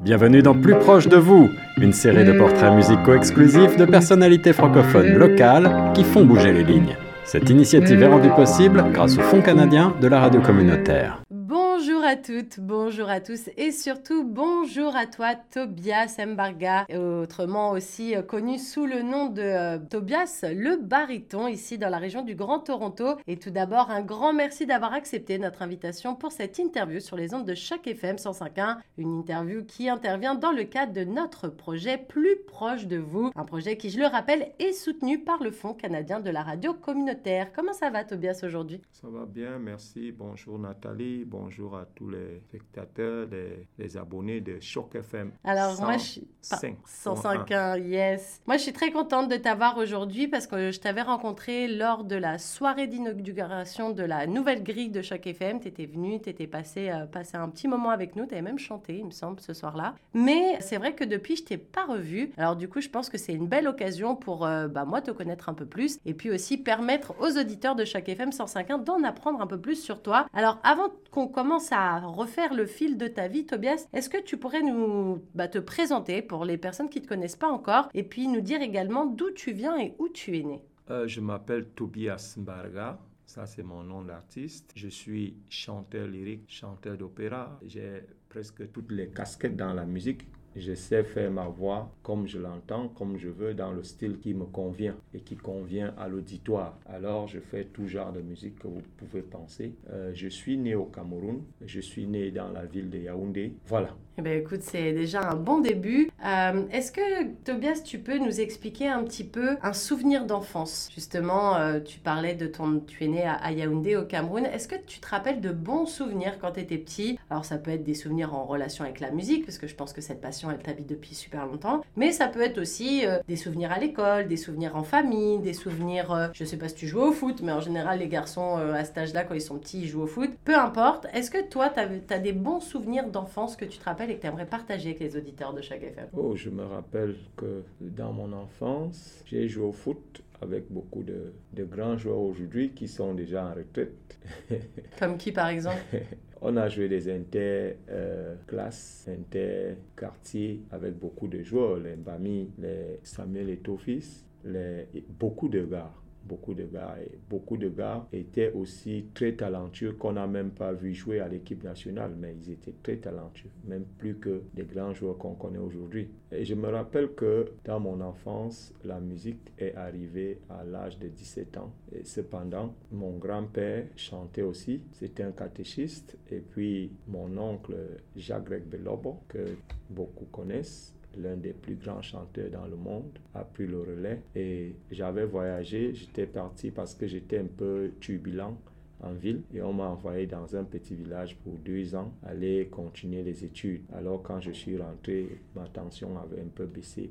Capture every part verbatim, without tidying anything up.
Bienvenue dans Plus proche de vous, une série de portraits musicaux exclusifs de personnalités francophones locales qui font bouger les lignes. Cette initiative est rendue possible grâce au Fonds canadien de la radio communautaire. Bonjour à toutes, bonjour à tous et surtout bonjour à toi Tobias Mbarga, autrement aussi connu sous le nom de euh, Tobias le baryton ici dans la région du Grand Toronto. Et tout d'abord un grand merci d'avoir accepté notre invitation pour cette interview sur les ondes de Choc F M cent cinq point un, une interview qui intervient dans le cadre de notre projet Plus proche de vous, un projet qui, je le rappelle, est soutenu par le Fonds canadien de la radio communautaire. Comment ça va Tobias aujourd'hui? Ça va bien, merci. Bonjour Nathalie, bonjour à tous les spectateurs, les, les abonnés de Choc F M. Alors moi je suis cent cinq point un, yes. Moi je suis très contente de t'avoir aujourd'hui parce que je t'avais rencontré lors de la soirée d'inauguration de la nouvelle grille de Choc F M. Tu étais venu, tu étais passé, euh, passé un petit moment avec nous, tu avais même chanté, il me semble, ce soir-là. Mais c'est vrai que depuis, je t'ai pas revu. Alors du coup, je pense que c'est une belle occasion pour euh, bah, moi te connaître un peu plus et puis aussi permettre aux auditeurs de Choc F M cent cinq point un d'en apprendre un peu plus sur toi. Alors avant qu'on commence à refaire le fil de ta vie, Tobias, est-ce que tu pourrais nous bah, te présenter pour les personnes qui ne te connaissent pas encore et puis nous dire également d'où tu viens et où tu es né? Euh, je m'appelle Tobias Mbarga, ça c'est mon nom d'artiste. Je suis chanteur lyrique, chanteur d'opéra. J'ai presque toutes les casquettes dans la musique. Je sais faire ma voix comme je l'entends, comme je veux, dans le style qui me convient et qui convient à l'auditoire. Alors, je fais tout genre de musique que vous pouvez penser. Euh, je suis né au Cameroun. Je suis né dans la ville de Yaoundé. Voilà. Eh bien, écoute, c'est déjà un bon début. Euh, est-ce que, Tobias, tu peux nous expliquer un petit peu un souvenir d'enfance? Justement, euh, tu parlais de ton... Tu es né à, à Yaoundé, au Cameroun. Est-ce que tu te rappelles de bons souvenirs quand tu étais petit? Alors, ça peut être des souvenirs en relation avec la musique, parce que je pense que cette passion, elle t'habite depuis super longtemps. Mais ça peut être aussi euh, des souvenirs à l'école, des souvenirs en famille, des souvenirs... Euh, je sais pas si tu jouais au foot, mais en général, les garçons, euh, à cet âge-là, quand ils sont petits, ils jouent au foot. Peu importe. Est-ce que toi, tu as des bons souvenirs d'enfance que tu te rappelles et que tu aimerais partager avec les auditeurs de Choc F M? Oh, je me rappelle que dans mon enfance, j'ai joué au foot avec beaucoup de, de grands joueurs aujourd'hui qui sont déjà en retraite. Comme qui, par exemple? On a joué des inter-classes, euh, inter-quartiers avec beaucoup de joueurs, les Mbami, les Samuel Eto'o-Fils, les, beaucoup de gars. Beaucoup de gars et beaucoup de gars étaient aussi très talentueux qu'on n'a même pas vu jouer à l'équipe nationale, mais ils étaient très talentueux, même plus que des grands joueurs qu'on connaît aujourd'hui. Et je me rappelle que dans mon enfance, la musique est arrivée à l'âge de dix-sept ans. Et cependant, mon grand-père chantait aussi, c'était un catéchiste, et puis mon oncle Jacques Belobo, que beaucoup connaissent, l'un des plus grands chanteurs dans le monde, a pris le relais et j'avais voyagé, j'étais parti parce que j'étais un peu turbulent en ville et on m'a envoyé dans un petit village pour deux ans aller continuer les études. Alors quand je suis rentré, ma tension avait un peu baissé.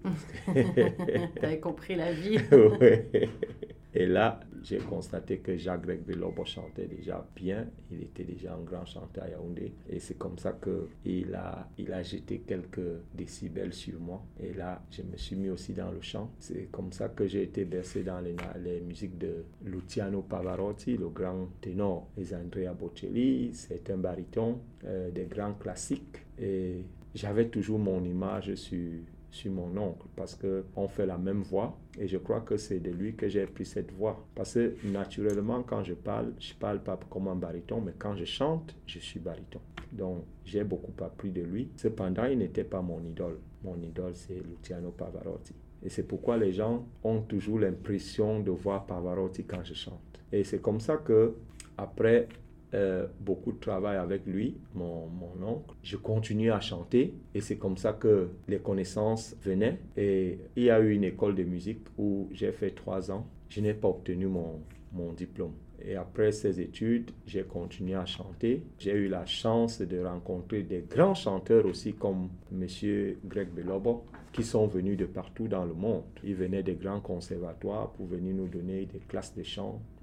Tu avais compris la vie. Ouais. Et là, j'ai constaté que Jacques Belobo chantait déjà bien. Il était déjà un grand chanteur à Yaoundé. Et c'est comme ça qu'il a, il a jeté quelques décibels sur moi. Et là, je me suis mis aussi dans le chant. C'est comme ça que j'ai été bercé dans les, les musiques de Luciano Pavarotti, le grand ténor, et Andrea Bocelli, c'est un baryton, euh, des grands classiques. Et j'avais toujours mon image sur... sur mon oncle parce qu'on fait la même voix et je crois que c'est de lui que j'ai pris cette voix parce que naturellement quand je parle, je ne parle pas comme un baryton mais quand je chante, je suis baryton. Donc j'ai beaucoup appris de lui. Cependant, il n'était pas mon idole. Mon idole, c'est Luciano Pavarotti. Et c'est pourquoi les gens ont toujours l'impression de voir Pavarotti quand je chante. Et c'est comme ça que après Euh, beaucoup de travail avec lui, mon, mon oncle. Je continuais à chanter et c'est comme ça que les connaissances venaient. Et il y a eu une école de musique où j'ai fait trois ans. Je n'ai pas obtenu mon, mon diplôme. Et après ces études, j'ai continué à chanter. J'ai eu la chance de rencontrer des grands chanteurs aussi comme M. Greg Belobo, qui sont venus de partout dans le monde. Ils venaient des grands conservatoires pour venir nous donner des classes de chant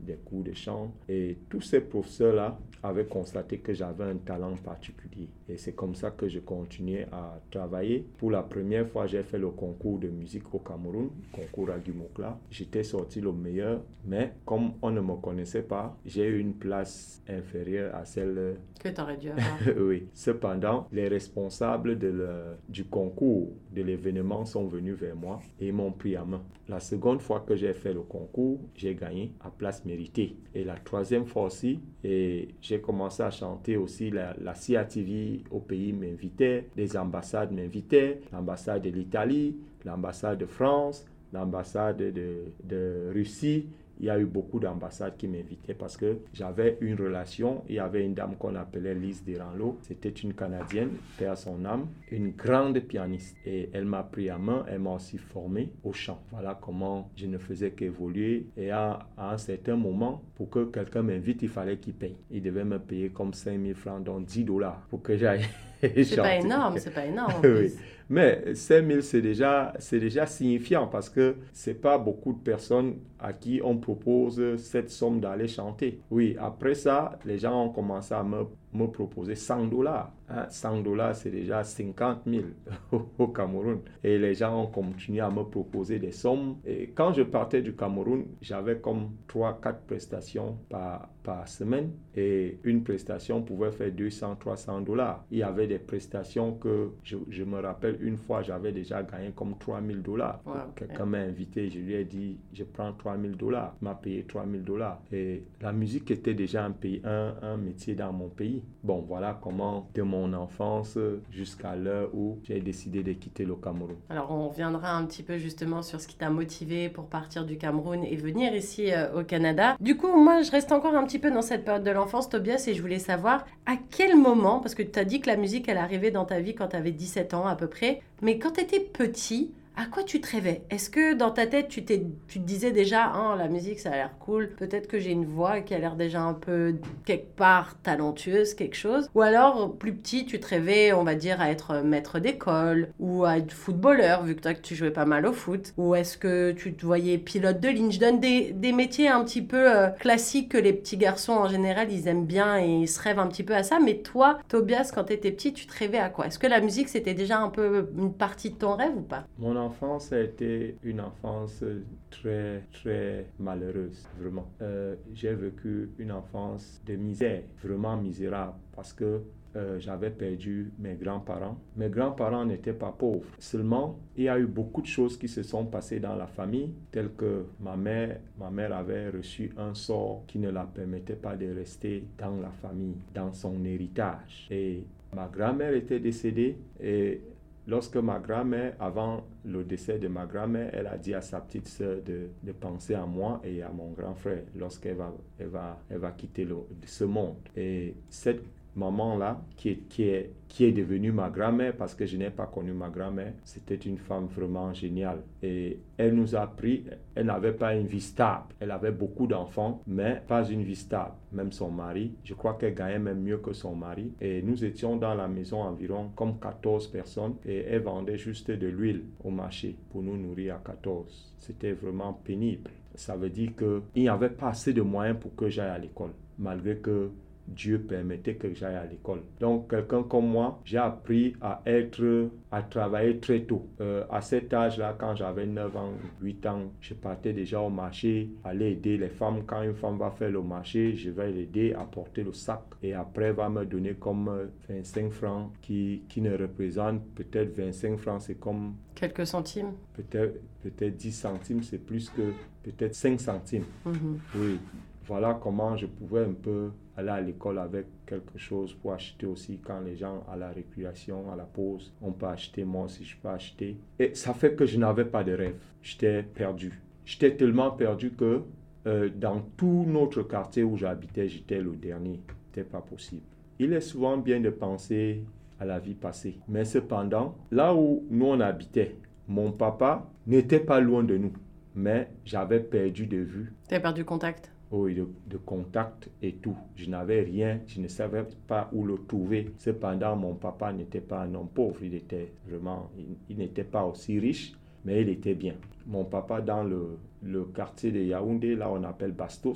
des cours de chant. Et tous ces professeurs-là avaient constaté que j'avais un talent particulier. Et c'est comme ça que je continuais à travailler. Pour la première fois, j'ai fait le concours de musique au Cameroun, concours à Gumokla. J'étais sorti le meilleur, mais comme on ne me connaissait pas, j'ai eu une place inférieure à celle que tu aurais dû avoir. Oui. Cependant, les responsables de le, du concours, de l'événement sont venus vers moi et m'ont pris à main. La seconde fois que j'ai fait le concours, j'ai gagné à place méritée. Et la troisième fois aussi, et j'ai commencé à chanter aussi. La, la C A T V au pays m'invitait, les ambassades m'invitaient, l'ambassade de l'Italie, l'ambassade de France, l'ambassade de, de Russie. Il y a eu beaucoup d'ambassades qui m'invitaient parce que j'avais une relation. Il y avait une dame qu'on appelait Lise Deranlo. C'était une Canadienne, paix à son âme, une grande pianiste. Et elle m'a pris à main, elle m'a aussi formé au chant. Voilà comment je ne faisais qu'évoluer. Et à, à un certain moment, pour que quelqu'un m'invite, il fallait qu'il paye. Il devait me payer comme cinq mille francs, donc dix dollars pour que j'aille chanter. C'est pas énorme, c'est pas énorme. Oui. Mais cinq mille, c'est déjà, c'est déjà signifiant parce que ce n'est pas beaucoup de personnes à qui on propose cette somme d'aller chanter. Oui, après ça, les gens ont commencé à me, me proposer cent dollars. Hein, cent dollars, c'est déjà cinquante mille au Cameroun. Et les gens ont continué à me proposer des sommes. Et quand je partais du Cameroun, j'avais comme trois quatre prestations par, par semaine. Et une prestation pouvait faire deux cents, trois cents dollars. Il y avait des prestations que je, je me rappelle, une fois, j'avais déjà gagné comme trois mille dollars. Wow. Quelqu'un m'a invité, je lui ai dit, je prends trois mille dollars. Il m'a payé trois mille dollars. Et la musique était déjà un, pays, un, un métier dans mon pays. Bon, voilà comment, de mon enfance jusqu'à l'heure où j'ai décidé de quitter le Cameroun. Alors, on reviendra un petit peu justement sur ce qui t'a motivé pour partir du Cameroun et venir ici euh, au Canada. Du coup, moi, je reste encore un petit peu dans cette période de l'enfance, Tobias, et je voulais savoir à quel moment, parce que tu as dit que la musique, elle arrivait dans ta vie quand tu avais dix-sept ans à peu près, mais quand tu étais petit, à quoi tu te rêvais? Est-ce que dans ta tête, tu, t'es, tu te disais déjà oh, la musique, ça a l'air cool, peut-être que j'ai une voix qui a l'air déjà un peu, quelque part, talentueuse, quelque chose? Ou alors, plus petit, tu te rêvais, on va dire, à être maître d'école ou à être footballeur, vu que toi, tu jouais pas mal au foot? Ou est-ce que tu te voyais pilote de ligne? Je donne des, des métiers un petit peu euh, classiques que les petits garçons, en général, ils aiment bien et ils se rêvent un petit peu à ça. Mais toi, Tobias, quand tu étais petit, tu te rêvais à quoi? Est-ce que la musique, c'était déjà un peu une partie de ton rêve ou pas? Mon enfance a été une enfance très, très malheureuse, vraiment. Euh, j'ai vécu une enfance de misère, vraiment misérable, parce que euh, j'avais perdu mes grands-parents. Mes grands-parents n'étaient pas pauvres. Seulement, il y a eu beaucoup de choses qui se sont passées dans la famille, telles que ma mère, ma mère avait reçu un sort qui ne la permettait pas de rester dans la famille, dans son héritage. Et ma grand-mère était décédée et lorsque ma grand-mère, avant le décès de ma grand-mère, elle a dit à sa petite sœur de, de penser à moi et à mon grand frère lorsqu'elle va, elle va, elle va quitter le, ce monde. Et cette maman-là, qui est, qui, est, qui est devenue ma grand-mère, parce que je n'ai pas connu ma grand-mère, c'était une femme vraiment géniale. Et elle nous a appris, elle n'avait pas une vie stable. Elle avait beaucoup d'enfants, mais pas une vie stable. Même son mari, je crois qu'elle gagnait même mieux que son mari. Et nous étions dans la maison environ comme quatorze personnes et elle vendait juste de l'huile au marché pour nous nourrir à quatorze. C'était vraiment pénible. Ça veut dire qu'il n'y avait pas assez de moyens pour que j'aille à l'école, malgré que Dieu permettait que j'aille à l'école. Donc, quelqu'un comme moi, j'ai appris à être, à travailler très tôt. Euh, à cet âge-là, quand j'avais neuf ans, huit ans, je partais déjà au marché, aller aider les femmes. Quand une femme va faire le marché, je vais l'aider à porter le sac. Et après, elle va me donner comme vingt-cinq francs, qui, qui ne représentent peut-être vingt-cinq francs, c'est comme... Quelques centimes. Peut-être, peut-être dix centimes, c'est plus que peut-être cinq centimes. Mm-hmm. Oui. Voilà comment je pouvais un peu aller à l'école avec quelque chose pour acheter aussi quand les gens à la récréation, à la pause, on peut acheter, moi aussi je peux acheter. Et ça fait que je n'avais pas de rêve. J'étais perdu. J'étais tellement perdu que euh, dans tout notre quartier où j'habitais, j'étais le dernier. C'était pas possible. Il est souvent bien de penser à la vie passée. Mais cependant, là où nous on habitait, mon papa n'était pas loin de nous. Mais j'avais perdu de vue. Tu avais perdu contact? Oui, de, de contact et tout. Je n'avais rien, je ne savais pas où le trouver. Cependant, mon papa n'était pas un homme pauvre, il était vraiment, il, il n'était pas aussi riche, mais il était bien. Mon papa, dans le, le quartier de Yaoundé, là on appelle Bastos,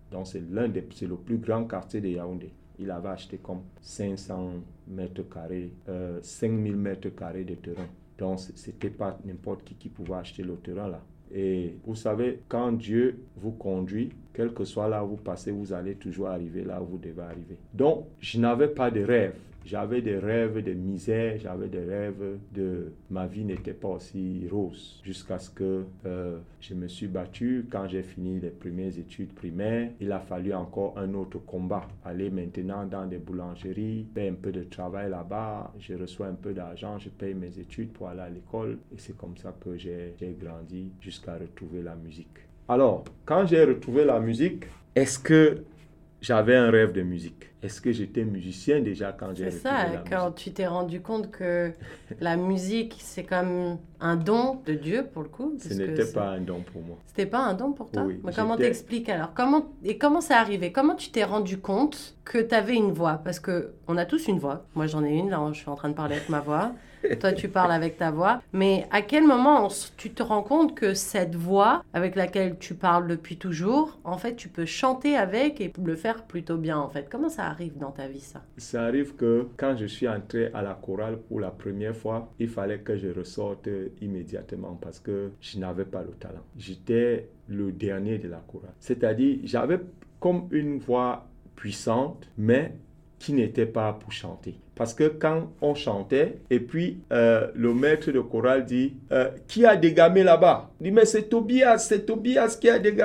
Donc c'est l'un des, c'est le plus grand quartier de Yaoundé. Il avait acheté comme cinq cents mètres carrés, euh, cinq mille mètres carrés de terrain. Donc c'était pas n'importe qui qui pouvait acheter le terrain là. Et vous savez, quand Dieu vous conduit, quel que soit là où vous passez, vous allez toujours arriver là où vous devez arriver. Donc, je n'avais pas de rêve. J'avais des rêves de misère, j'avais des rêves de... Ma vie n'était pas aussi rose jusqu'à ce que euh, je me suis battu. Quand j'ai fini les premières études primaires, il a fallu encore un autre combat. Aller maintenant dans des boulangeries, faire un peu de travail là-bas, je reçois un peu d'argent, je paye mes études pour aller à l'école. Et c'est comme ça que j'ai, j'ai grandi jusqu'à retrouver la musique. Alors, quand j'ai retrouvé la musique, est-ce que j'avais un rêve de musique? Est-ce que j'étais musicien déjà quand j'ai retrouvé la musique? C'est ça, quand tu t'es rendu compte que la musique, c'est comme un don de Dieu pour le coup. Ce n'était pas un don pour moi. C'était pas un don pour toi? Oui. Mais comment t'expliques alors? Comment, et comment c'est arrivé? Comment tu t'es rendu compte que tu avais une voix? Parce qu'on a tous une voix. Moi, j'en ai une, là, je suis en train de parler avec ma voix. Toi, tu parles avec ta voix. Mais à quel moment on, tu te rends compte que cette voix avec laquelle tu parles depuis toujours, en fait, tu peux chanter avec et le faire plutôt bien, en fait? Comment ça arrive dans ta vie, ça? Ça arrive que quand je suis entré à la chorale pour la première fois, il fallait que je ressorte immédiatement parce que je n'avais pas le talent. J'étais le dernier de la chorale. C'est-à-dire, j'avais comme une voix puissante, mais qui n'était pas pour chanter. Parce que quand on chantait, et puis euh, le maître de chorale dit euh, « Qui a dégamé là-bas ?» Il dit « Mais c'est Tobias, c'est Tobias qui a dégamé. »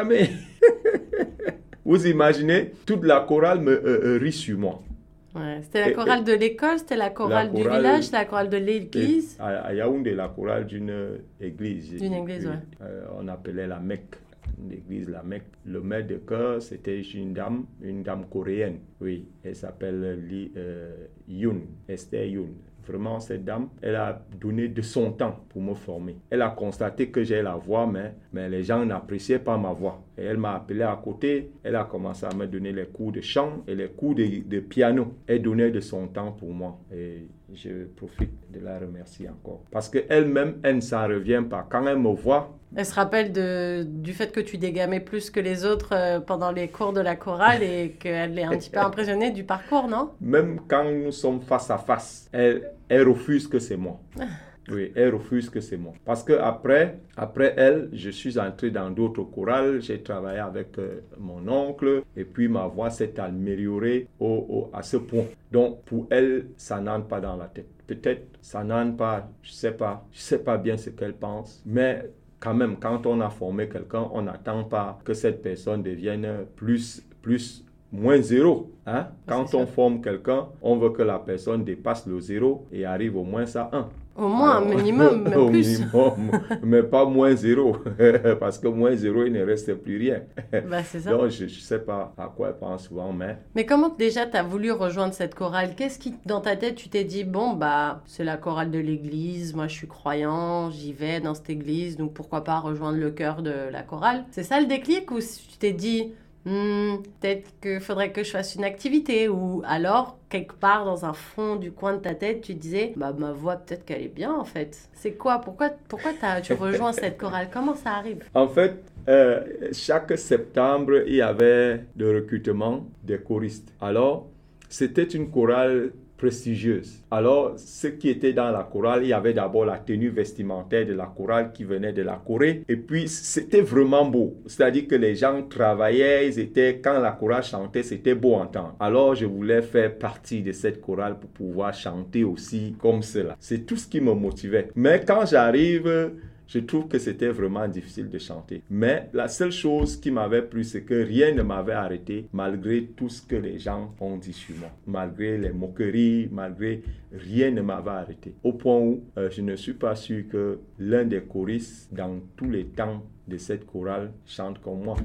Vous imaginez, toute la chorale me euh, euh, rit sur moi. Ouais, c'était la chorale et, de l'école, c'était la chorale, la chorale du village, c'était la chorale de l'église. À, à Yaoundé, la chorale d'une église. D'une église, oui. Euh, on appelait la Mecque. L'église La Mecque. Le maître de chœur, c'était une dame, une dame coréenne. Oui, elle s'appelle Lee euh, Yoon, Esther Yoon. Vraiment, cette dame, elle a donné de son temps pour me former. Elle a constaté que j'ai la voix, mais, mais les gens n'appréciaient pas ma voix. Et elle m'a appelé à côté. Elle a commencé à me donner les cours de chant et les cours de, de piano. Elle donnait de son temps pour moi. Et je profite de la remercier encore. Parce qu'elle-même, elle ne s'en revient pas. Quand elle me voit... Elle se rappelle de, du fait que tu dégamais plus que les autres euh, pendant les cours de la chorale et qu'elle est un petit peu impressionnée du parcours, non? Même quand nous sommes face à face, elle, elle refuse que c'est moi. Oui, elle refuse que c'est moi. Parce qu'après, après elle, je suis entré dans d'autres chorales, j'ai travaillé avec euh, mon oncle, et puis ma voix s'est améliorée au, au, à ce point. Donc, pour elle, ça n'entre pas dans la tête. Peut-être, ça n'entre pas, je ne sais pas, je ne sais pas bien ce qu'elle pense, mais quand même, quand on a formé quelqu'un, on n'attend pas que cette personne devienne plus, plus, moins zéro. Hein? Quand on forme quelqu'un, on veut que la personne dépasse le zéro et arrive au moins à un. Au moins Alors, un minimum, même au plus. Minimum, mais pas moins zéro. Parce que moins zéro, il ne reste plus rien. Bah, c'est ça. Donc, je ne sais pas à quoi elle pense souvent, mais... Mais comment déjà tu as voulu rejoindre cette chorale? Qu'est-ce qui, dans ta tête, tu t'es dit, bon, bah, c'est la chorale de l'église, moi je suis croyant, j'y vais dans cette église, donc pourquoi pas rejoindre le chœur de la chorale? C'est ça le déclic ou tu t'es dit... Hmm, peut-être qu'il faudrait que je fasse une activité ou alors quelque part dans un fond du coin de ta tête tu disais bah ma voix peut-être qu'elle est bien en fait. C'est quoi? Pourquoi, pourquoi t'as, tu rejoins cette chorale? Comment ça arrive? En fait, euh, chaque septembre il y avait le recrutement des choristes. Alors c'était une chorale prestigieuse. Alors, ceux qui étaient dans la chorale, il y avait d'abord la tenue vestimentaire de la chorale qui venait de la Corée. Et puis, c'était vraiment beau. C'est-à-dire que les gens travaillaient, ils étaient, quand la chorale chantait, c'était beau à entendre. Alors, je voulais faire partie de cette chorale pour pouvoir chanter aussi comme cela. C'est tout ce qui me motivait. Mais quand j'arrive... Je trouve que c'était vraiment difficile de chanter. Mais la seule chose qui m'avait plu, c'est que rien ne m'avait arrêté, malgré tout ce que les gens ont dit sur moi. Malgré les moqueries, malgré rien ne m'avait arrêté. Au point où euh, je ne suis pas sûr que l'un des choristes, dans tous les temps de cette chorale, chante comme moi.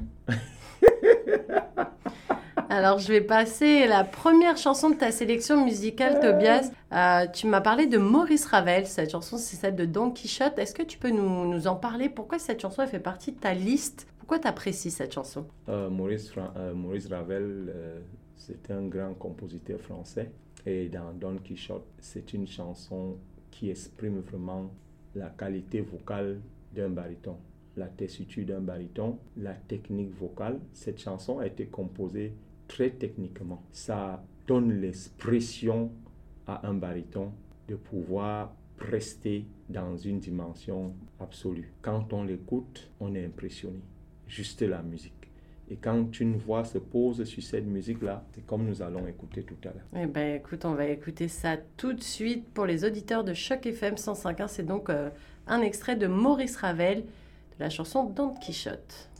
Alors, je vais passer la première chanson de ta sélection musicale, Tobias. Euh, tu m'as parlé de Maurice Ravel. Cette chanson, c'est celle de Don Quichotte. Est-ce que tu peux nous, nous en parler? Pourquoi cette chanson elle fait partie de ta liste? Pourquoi tu apprécies cette chanson? euh, Maurice, euh, Maurice Ravel, euh, c'est un grand compositeur français. Et dans Don Quichotte, c'est une chanson qui exprime vraiment la qualité vocale d'un baryton. la tessiture d'un baryton, la technique vocale. Cette chanson a été composée très techniquement. Ça donne l'expression à un baryton de pouvoir rester dans une dimension absolue. Quand on l'écoute, on est impressionné. Juste la musique. Et quand une voix se pose sur cette musique-là, c'est comme nous allons écouter tout à l'heure. Eh bien, écoute, on va écouter ça tout de suite pour les auditeurs de Choc F M cent cinq point un. C'est donc euh, un extrait de Maurice Ravel, de la chanson Don Quichotte.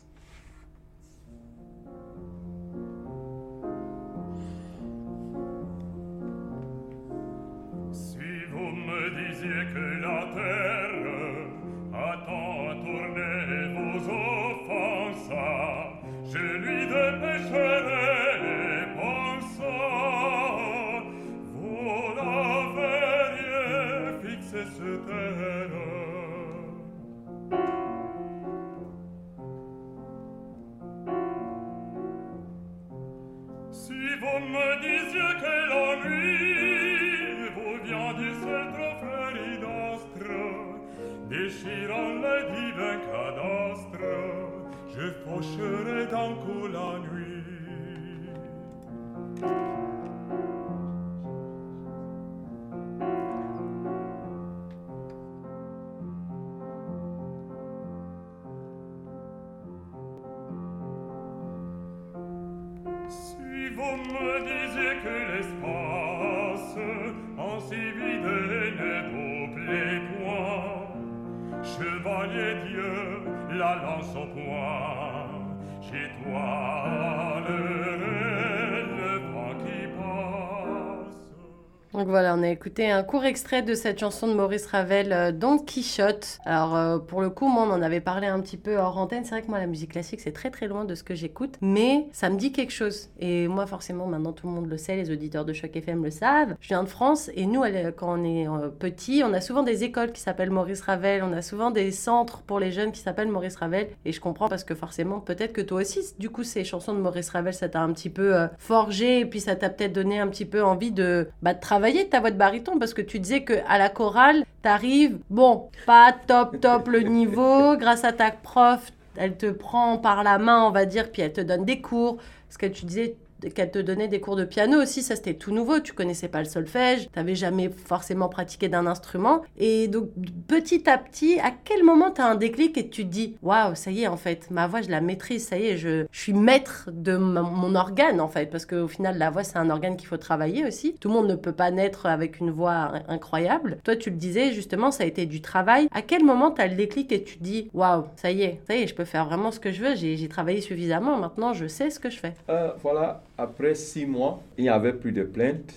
Si vous me disiez que la terre attend tourner vos offenses, je lui dépêcherai les pensants. Vous la verriez fixer sur terre. Si vous me disiez que la nuit vous vient du ciel trop fleuri d'astre, déchirant les divins cadastres, je faucherai d'un coup la nuit. Si vous me disiez que l'espace en si vide ne doublait point, chevalier Dieu, la lance au poing, chez toi le vent qui passe. Donc voilà, on a écouté un court extrait de cette chanson de Maurice Ravel, euh, Don Quichotte. Alors euh, pour le coup, moi on en avait parlé un petit peu hors antenne. C'est vrai que moi la musique classique c'est très très loin de ce que j'écoute, mais ça me dit quelque chose. Et moi forcément maintenant tout le monde le sait, les auditeurs de Choc F M le savent. Je viens de France et nous quand on est euh, petit, on a souvent des écoles qui s'appellent Maurice Ravel, on a souvent des centres pour les jeunes qui s'appellent Maurice Ravel. Et je comprends parce que forcément peut-être que toi aussi, du coup ces chansons de Maurice Ravel ça t'a un petit peu euh, forgé et puis ça t'a peut-être donné un petit peu envie de, bah, de travailler de ta voix de baryton, parce que tu disais qu'à la chorale, t'arrives, bon, pas top top le niveau, grâce à ta prof, elle te prend par la main, on va dire, puis elle te donne des cours, parce que tu disais qu'elle te donnait des cours de piano aussi, ça c'était tout nouveau, tu connaissais pas le solfège, t'avais jamais forcément pratiqué d'un instrument, et donc petit à petit, à quel moment t'as un déclic et tu te dis, waouh, ça y est en fait, ma voix je la maîtrise, ça y est, je, je suis maître de mon, mon organe en fait, parce qu'au final la voix c'est un organe qu'il faut travailler aussi, tout le monde ne peut pas naître avec une voix incroyable, toi tu le disais justement, ça a été du travail, à quel moment t'as le déclic et tu te dis, waouh, ça y est, ça y est, je peux faire vraiment ce que je veux, j'ai, j'ai travaillé suffisamment, maintenant je sais ce que je fais. Euh, voilà. Après six mois, il n'y avait plus de plaintes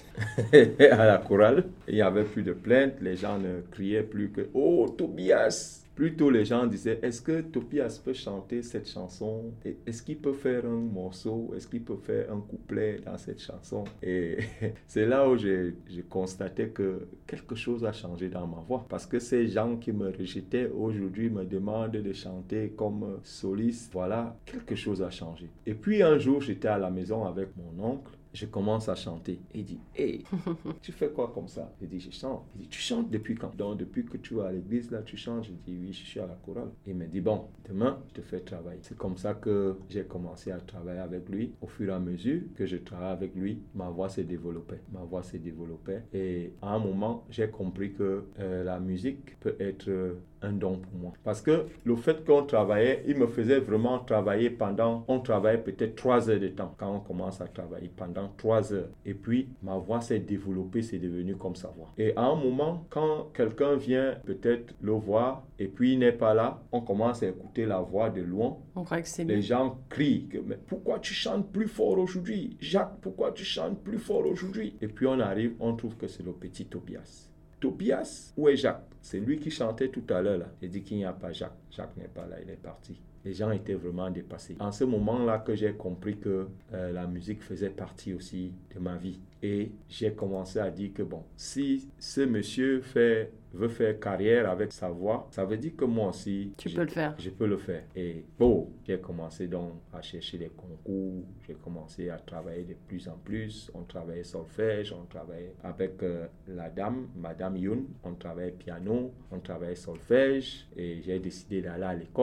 à la chorale. Il n'y avait plus de plaintes. Les gens ne criaient plus que « Oh, Tobias !» Plutôt, les gens disaient « Est-ce que Tobias peut chanter cette chanson? Est-ce qu'il peut faire un morceau? Est-ce qu'il peut faire un couplet dans cette chanson ?» Et c'est là où j'ai, j'ai constaté que quelque chose a changé dans ma voix. Parce que ces gens qui me rejetaient aujourd'hui me demandent de chanter comme soliste. Voilà, quelque chose a changé. Et puis un jour, j'étais à la maison avec mon oncle. Je commence à chanter. Il dit, hé, hey, tu fais quoi comme ça? Je dis, je chante. Il dit, tu chantes depuis quand? Donc, depuis que tu es à l'église, là, tu chantes. Je dis, oui, je suis à la chorale. Il me dit, bon, demain, je te fais travailler. C'est comme ça que j'ai commencé à travailler avec lui. Au fur et à mesure que je travaille avec lui, ma voix s'est développée. Ma voix s'est développée. Et à un moment, j'ai compris que euh, la musique peut être euh, un don pour moi. Parce que le fait qu'on travaillait, il me faisait vraiment travailler pendant, on travaillait peut-être trois heures de temps quand on commence à travailler pendant trois heures. Et puis, ma voix s'est développée, c'est devenu comme sa voix. Et à un moment, quand quelqu'un vient peut-être le voir et puis il n'est pas là, on commence à écouter la voix de loin. On croit que c'est Les bien. gens crient que, mais pourquoi tu chantes plus fort aujourd'hui? Jacques, pourquoi tu chantes plus fort aujourd'hui? Et puis on arrive, on trouve que c'est le petit Tobias. Tobias, où est Jacques? C'est lui qui chantait tout à l'heure là. Il dit qu'il n'y a pas Jacques. Jacques n'est pas là, il est parti. Les gens étaient vraiment dépassés. En ce moment-là que j'ai compris que euh, la musique faisait partie aussi de ma vie. Et j'ai commencé à dire que bon, si ce monsieur fait, veut faire carrière avec sa voix, ça veut dire que moi aussi, Tu je, peux le faire. Je peux le faire. Et bon, j'ai commencé donc à chercher les concours, j'ai commencé à travailler de plus en plus. On travaillait solfège, on travaillait avec euh, la dame, Madame Youn, on travaillait piano, on travaillait solfège. Et j'ai décidé d'aller à l'école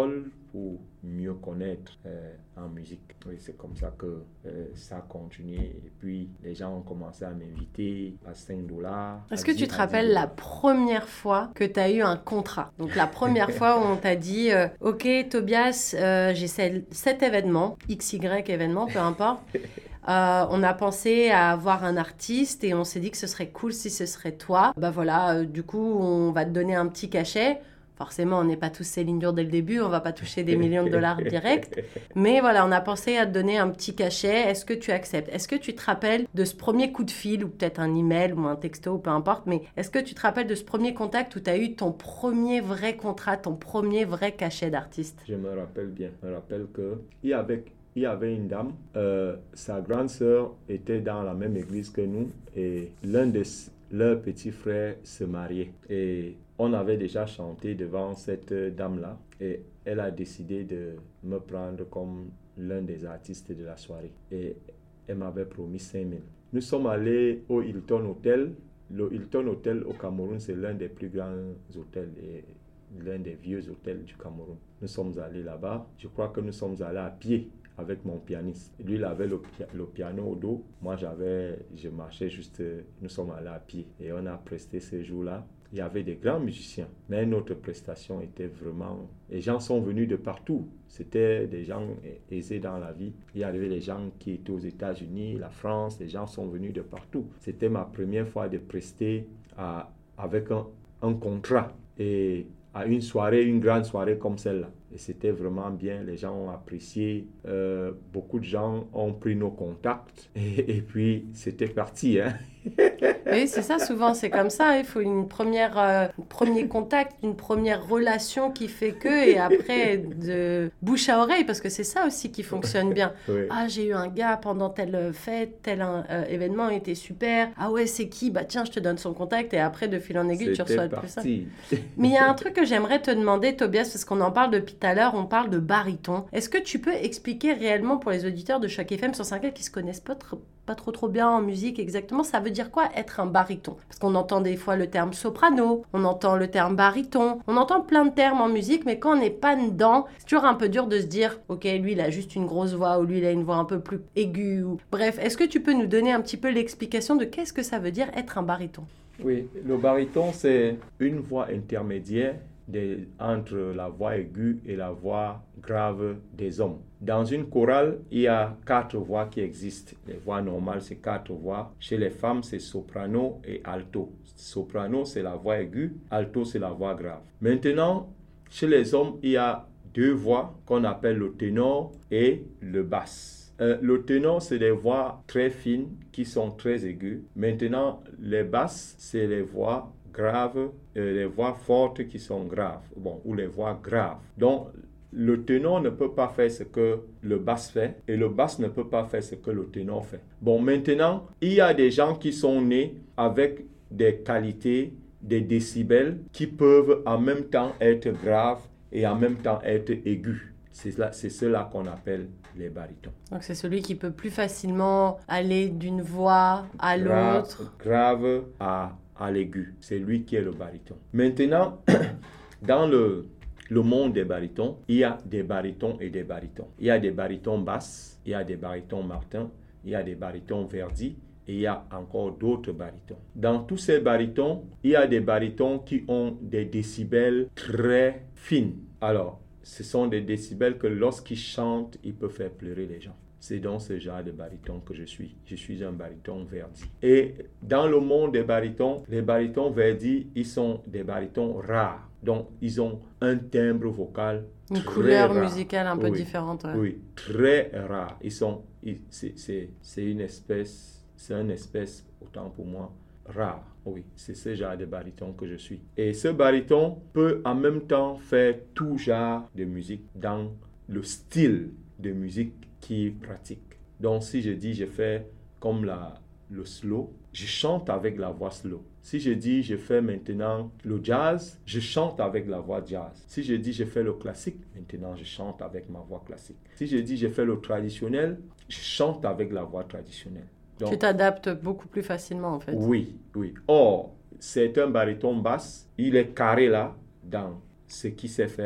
pour mieux connaître euh, en musique. Oui, c'est comme ça que euh, ça a continué. Et puis, les gens ont commencé à m'inviter à cinq dollars. Est-ce que tu te rappelles la première fois que tu as eu un contrat? Donc, la première fois où on t'a dit euh, « Ok, Tobias, euh, j'ai cet événement, X Y événement, peu importe. Euh, on a pensé à avoir un artiste et on s'est dit que ce serait cool si ce serait toi. Bah voilà, euh, du coup, on va te donner un petit cachet. » Forcément, on n'est pas tous Céline Dion dès le début, on va pas toucher des millions de dollars direct. Mais voilà, on a pensé à te donner un petit cachet. Est-ce que tu acceptes? Est-ce que tu te rappelles de ce premier coup de fil, ou peut-être un email ou un texto, peu importe, mais est-ce que tu te rappelles de ce premier contact où tu as eu ton premier vrai contrat, ton premier vrai cachet d'artiste? Je me rappelle bien. Je me rappelle qu'il y avait, il y avait une dame, euh, sa grande sœur était dans la même église que nous et l'un de leurs petits frères se mariait. Et on avait déjà chanté devant cette dame-là et elle a décidé de me prendre comme l'un des artistes de la soirée. Et elle m'avait promis cinq mille. Nous sommes allés au Hilton Hotel. Le Hilton Hotel au Cameroun, c'est l'un des plus grands hôtels et l'un des vieux hôtels du Cameroun. Nous sommes allés là-bas. Je crois que nous sommes allés à pied avec mon pianiste. Lui, il avait le, le piano au dos. Moi, j'avais, je marchais juste, nous sommes allés à pied. Et on a presté ce jour-là. Il y avait des grands musiciens, mais notre prestation était vraiment... Les gens sont venus de partout. C'était des gens aisés dans la vie. Il y avait des gens qui étaient aux États-Unis, la France. Les gens sont venus de partout. C'était ma première fois de prester à, avec un, un contrat. Et à une soirée, une grande soirée comme celle-là. Et c'était vraiment bien, les gens ont apprécié, euh, beaucoup de gens ont pris nos contacts et, et puis c'était parti. Hein? Oui, c'est ça, souvent c'est comme ça, il faut une première, euh, un premier contact, une première relation qui fait que, et après de bouche à oreille, parce que c'est ça aussi qui fonctionne bien. Oui. Ah, j'ai eu un gars pendant telle fête, tel euh, événement était super, ah ouais, c'est qui? Bah tiens, je te donne son contact, et après de fil en aiguille, tu reçois plus ça. Mais il y a un truc que j'aimerais te demander, Tobias, parce qu'on en parle depuis tout à l'heure, on parle de baryton. Est-ce que tu peux expliquer réellement pour les auditeurs de Choc F M cent cinq qui ne se connaissent pas trop, pas trop trop bien en musique exactement, ça veut dire quoi être un baryton? Parce qu'on entend des fois le terme soprano, on entend le terme baryton, on entend plein de termes en musique, mais quand on n'est pas dedans, c'est toujours un peu dur de se dire, ok, lui il a juste une grosse voix, ou lui il a une voix un peu plus aiguë, ou... bref, est-ce que tu peux nous donner un petit peu l'explication de qu'est-ce que ça veut dire être un baryton? Oui, le baryton c'est une voix intermédiaire De, entre la voix aiguë et la voix grave des hommes. Dans une chorale, il y a quatre voix qui existent. Les voix normales, c'est quatre voix. Chez les femmes, c'est soprano et alto. Soprano, c'est la voix aiguë. Alto, c'est la voix grave. Maintenant, chez les hommes, il y a deux voix qu'on appelle le ténor et le basse. Euh, le ténor, c'est des voix très fines qui sont très aiguës. Maintenant, les basses, c'est les voix graves, euh, les voix fortes qui sont graves, bon, ou les voix graves. Donc, le ténor ne peut pas faire ce que le basse fait et le basse ne peut pas faire ce que le ténor fait. Bon, maintenant, il y a des gens qui sont nés avec des qualités, des décibels qui peuvent en même temps être graves et en même temps être aigus. C'est, là, c'est cela qu'on appelle les barytons. Donc c'est celui qui peut plus facilement aller d'une voix à grave, l'autre. Grave à à l'aigu. C'est lui qui est le baryton. Maintenant, dans le, le monde des barytons, il y a des barytons et des barytons. Il y a des barytons basses, il y a des barytons Martin, il y a des barytons Verdi, et il y a encore d'autres barytons. Dans tous ces barytons, il y a des barytons qui ont des décibels très fins. Alors, ce sont des décibels que lorsqu'ils chantent, ils peuvent faire pleurer les gens. C'est dans ce genre de baryton que je suis. Je suis un baryton Verdi. Et dans le monde des barytons, les barytons Verdi, ils sont des barytons rares. Donc, ils ont un timbre vocal une très couleur rare. musicale un peu oui, différente. Ouais. Oui, très rare. Ils sont, ils, c'est, c'est, c'est une espèce, c'est une espèce, autant pour moi, rare. Oui, c'est ce genre de baryton que je suis. Et ce baryton peut en même temps faire tout genre de musique dans le style de musique qu'il pratique. Donc, si je dis je fais comme la, le slow, je chante avec la voix slow. Si je dis je fais maintenant le jazz, je chante avec la voix jazz. Si je dis je fais le classique, maintenant je chante avec ma voix classique. Si je dis je fais le traditionnel, je chante avec la voix traditionnelle. Donc, tu t'adaptes beaucoup plus facilement en fait. Oui, oui. Or, c'est un baryton basse, il est carré là dans ce qu'il sait faire.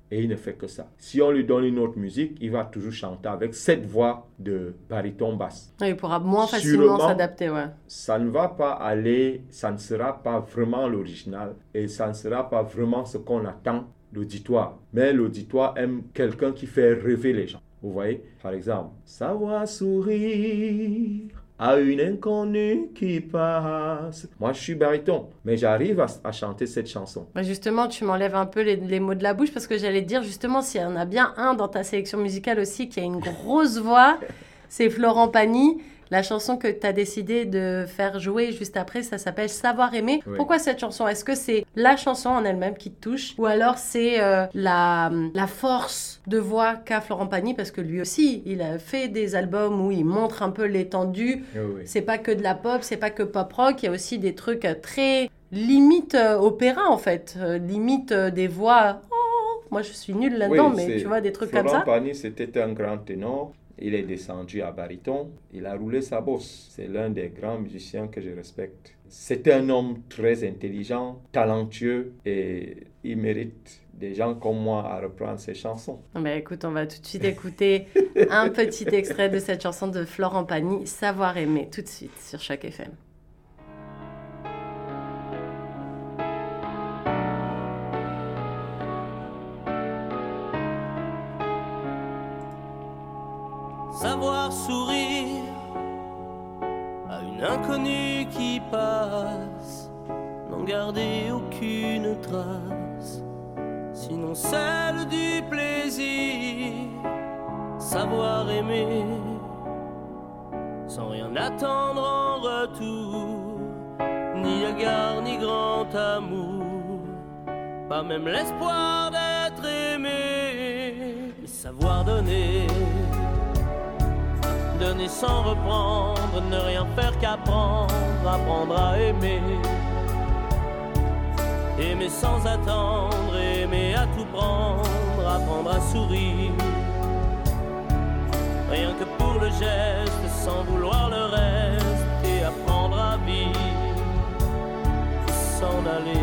et il ne fait que ça. Si on lui donne une autre musique, il va toujours chanter avec cette voix de baryton basse. Il pourra moins facilement Sûrement, s'adapter, ouais. Ça ne va pas aller, ça ne sera pas vraiment l'original et ça ne sera pas vraiment ce qu'on attend l'auditoire. Mais l'auditoire aime quelqu'un qui fait rêver les gens. Vous voyez, par exemple, savoir sourire à une inconnue qui passe. Moi, je suis baryton, mais j'arrive à, à chanter cette chanson. Justement, tu m'enlèves un peu les, les mots de la bouche parce que j'allais te dire, justement, s'il y en a bien un dans ta sélection musicale aussi qui a une grosse voix, c'est Florent Pagny. La chanson que tu as décidé de faire jouer juste après, ça s'appelle Savoir aimer. Oui. Pourquoi cette chanson? Est-ce que c'est la chanson en elle-même qui te touche? Ou alors c'est euh, la, la force de voix qu'a Florent Pagny? Parce que lui aussi, il a fait des albums où il montre un peu l'étendue. Oui, oui. C'est pas que de la pop, c'est pas que pop rock. Il y a aussi des trucs très limite euh, opéra en fait. Euh, limite euh, des voix... Oh, moi je suis nulle là-dedans, oui, mais tu vois, des trucs Florent comme ça. Florent Pagny, c'était un grand ténor. Il est descendu à baryton, il a roulé sa bosse. C'est l'un des grands musiciens que je respecte. C'est un homme très intelligent, talentueux et il mérite des gens comme moi à reprendre ses chansons. Ben écoute, on va tout de suite écouter un petit extrait de cette chanson de Florent Pagny, Savoir aimer, tout de suite sur Choc F M. Savoir sourire à une inconnue qui passe, n'en garder aucune trace, sinon celle du plaisir. Savoir aimer sans rien attendre en retour, ni égard ni grand amour, pas même l'espoir d'être aimé, mais savoir donner. Donner sans reprendre, ne rien faire qu'apprendre, apprendre à aimer. Aimer sans attendre, aimer à tout prendre, apprendre à sourire. Rien que pour le geste, sans vouloir le reste, et apprendre à vivre, s'en aller.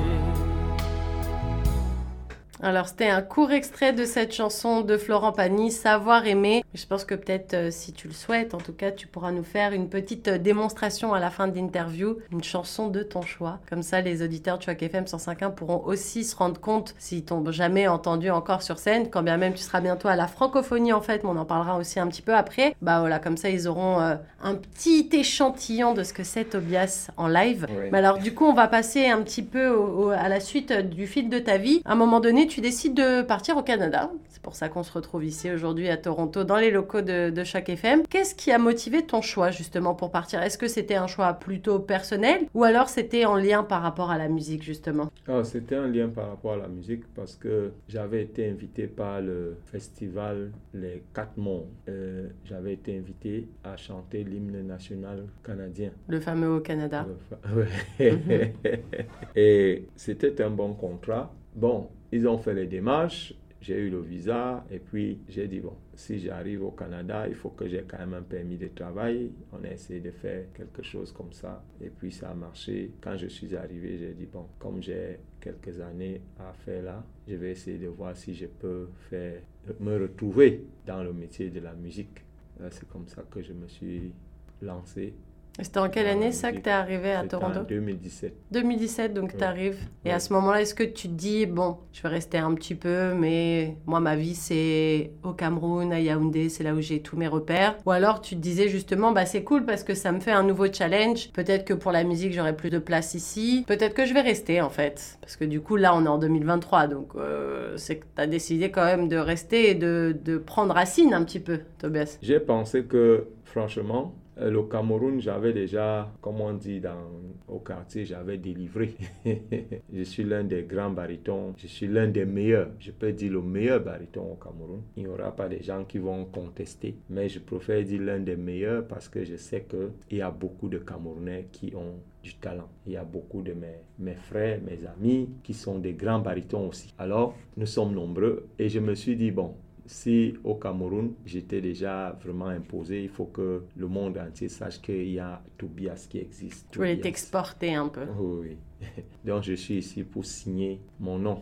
Alors, c'était un court extrait de cette chanson de Florent Pagny, Savoir aimer. Je pense que peut-être, euh, si tu le souhaites, en tout cas, tu pourras nous faire une petite euh, démonstration à la fin de l'interview, une chanson de ton choix. Comme ça, les auditeurs de Choc F M cent cinq point un pourront aussi se rendre compte, s'ils t'ont jamais entendu encore sur scène, quand bien même tu seras bientôt à la francophonie, en fait, mais on en parlera aussi un petit peu après. Bah voilà, comme ça, ils auront euh, un petit échantillon de ce que c'est Tobias en live. Oui. Mais alors, du coup, on va passer un petit peu au, au, à la suite du fil de ta vie. À un moment donné, tu décides de partir au Canada. C'est pour ça qu'on se retrouve ici aujourd'hui à Toronto, dans les locaux de, de Choc F M. Qu'est-ce qui a motivé ton choix justement pour partir? Est-ce que c'était un choix plutôt personnel ou alors c'était en lien par rapport à la musique justement? Oh, c'était un lien par rapport à la musique parce que j'avais été invité par le festival Les Quatre Mondes. Euh, j'avais été invité à chanter l'hymne national canadien. Le fameux au Canada. Fa... Ouais. Mm-hmm. Et c'était un bon contrat. Bon, ils ont fait les démarches, j'ai eu le visa et puis j'ai dit, bon, si j'arrive au Canada, il faut que j'ai quand même un permis de travail. On a essayé de faire quelque chose comme ça et puis ça a marché. Quand je suis arrivé, j'ai dit, bon, comme j'ai quelques années à faire là, je vais essayer de voir si je peux faire, me retrouver dans le métier de la musique. Là, c'est comme ça que je me suis lancé. C'était en quelle année ça que tu es arrivé à C'était Toronto? En deux mille dix-sept. deux mille dix-sept, donc ouais. tu arrives. Et ouais. à ce moment-là, est-ce que tu te dis, bon, je vais rester un petit peu, mais moi, ma vie, c'est au Cameroun, à Yaoundé, c'est là où j'ai tous mes repères. Ou alors tu te disais justement, bah c'est cool parce que ça me fait un nouveau challenge. Peut-être que pour la musique, j'aurai plus de place ici. Peut-être que je vais rester en fait. Parce que du coup, là, on est en deux mille vingt-trois. Donc, euh, c'est que tu as décidé quand même de rester et de, de prendre racine un petit peu, Tobias. J'ai pensé que, franchement, le Cameroun, j'avais déjà, comme on dit dans, au quartier, j'avais délivré. Je suis l'un des grands barytons, je suis l'un des meilleurs, je peux dire le meilleur baryton au Cameroun. Il n'y aura pas des gens qui vont contester, mais je préfère dire l'un des meilleurs parce que je sais qu'il y a beaucoup de Camerounais qui ont du talent. Il y a beaucoup de mes, mes frères, mes amis qui sont des grands barytons aussi. Alors, nous sommes nombreux et je me suis dit, bon, si au Cameroun, j'étais déjà vraiment imposé, il faut que le monde entier sache qu'il y a Tobias qui existe. Tu voulais t'exporter un peu. Oui, oui. Donc, je suis ici pour signer mon nom.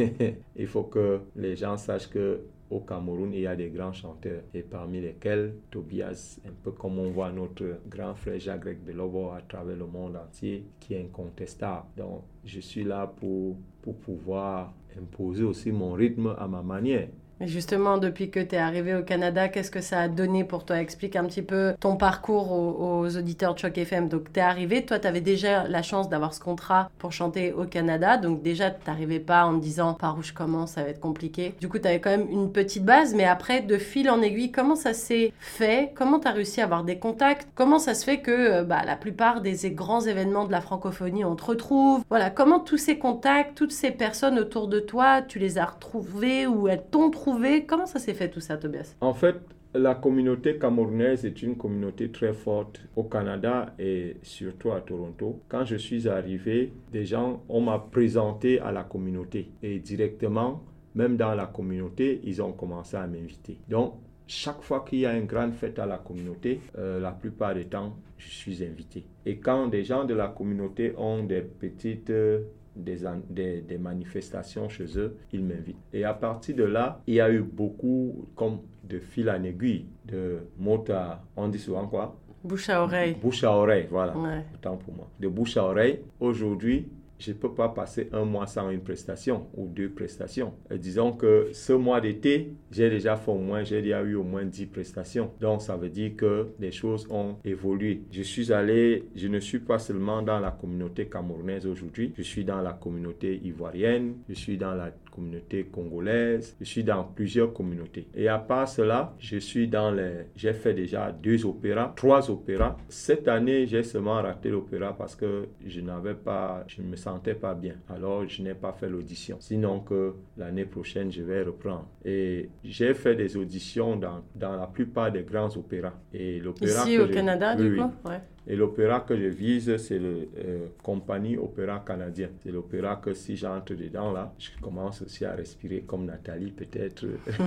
Il faut que les gens sachent que au Cameroun, il y a des grands chanteurs et parmi lesquels Tobias, un peu comme on voit notre grand frère Jacques Belobo à travers le monde entier, qui est incontestable. Donc, je suis là pour, pour pouvoir imposer aussi mon rythme à ma manière. Et justement, depuis que tu es arrivé au Canada, qu'est-ce que ça a donné pour toi? Explique un petit peu ton parcours aux, aux auditeurs de Choc F M. Donc, tu es arrivé, toi, tu avais déjà la chance d'avoir ce contrat pour chanter au Canada. Donc, déjà, tu n'arrivais pas en te disant par où je commence, ça va être compliqué. Du coup, tu avais quand même une petite base. Mais après, de fil en aiguille, comment ça s'est fait? Comment tu as réussi à avoir des contacts? Comment ça se fait que bah, la plupart des grands événements de la francophonie, on te retrouve? Voilà, comment tous ces contacts, toutes ces personnes autour de toi, tu les as retrouvées ou elles t'ont trouvé? Comment ça s'est fait tout ça, Tobias? En fait, la communauté camerounaise est une communauté très forte au Canada et surtout à Toronto. Quand je suis arrivé, des gens, on m'a présenté à la communauté et directement, même dans la communauté, ils ont commencé à m'inviter. Donc, chaque fois qu'il y a une grande fête à la communauté, euh, la plupart du temps, je suis invité. Et quand des gens de la communauté ont des petites... Euh, Des, des, des manifestations chez eux, ils m'invitent. Et à partir de là, il y a eu beaucoup comme de fil en aiguille, de mot à, on dit souvent quoi? Bouche à oreille. Bouche à oreille, voilà. Ouais. Autant pour moi. De bouche à oreille, aujourd'hui, je ne peux pas passer un mois sans une prestation ou deux prestations. Et disons que ce mois d'été, j'ai déjà fait au moins, j'ai déjà eu au moins dix prestations. Donc, ça veut dire que les choses ont évolué. Je suis allé, je ne suis pas seulement dans la communauté camerounaise aujourd'hui, je suis dans la communauté ivoirienne, je suis dans la communauté congolaise, je suis dans plusieurs communautés. Et à part cela, je suis dans les... J'ai fait déjà deux opéras, trois opéras. Cette année, j'ai seulement raté l'opéra parce que je n'avais pas... Je ne me sentais pas bien. Alors, je n'ai pas fait l'audition. Sinon que l'année prochaine, je vais reprendre. Et j'ai fait des auditions dans, dans la plupart des grands opéras. Et l'opéra Ici que au je... Canada, oui, du oui. coup? Ouais. Et l'opéra que je vise, c'est le euh, Compagnie Opéra Canadien. C'est l'opéra que si j'entre dedans, là, je commence aussi à respirer comme Nathalie, peut-être.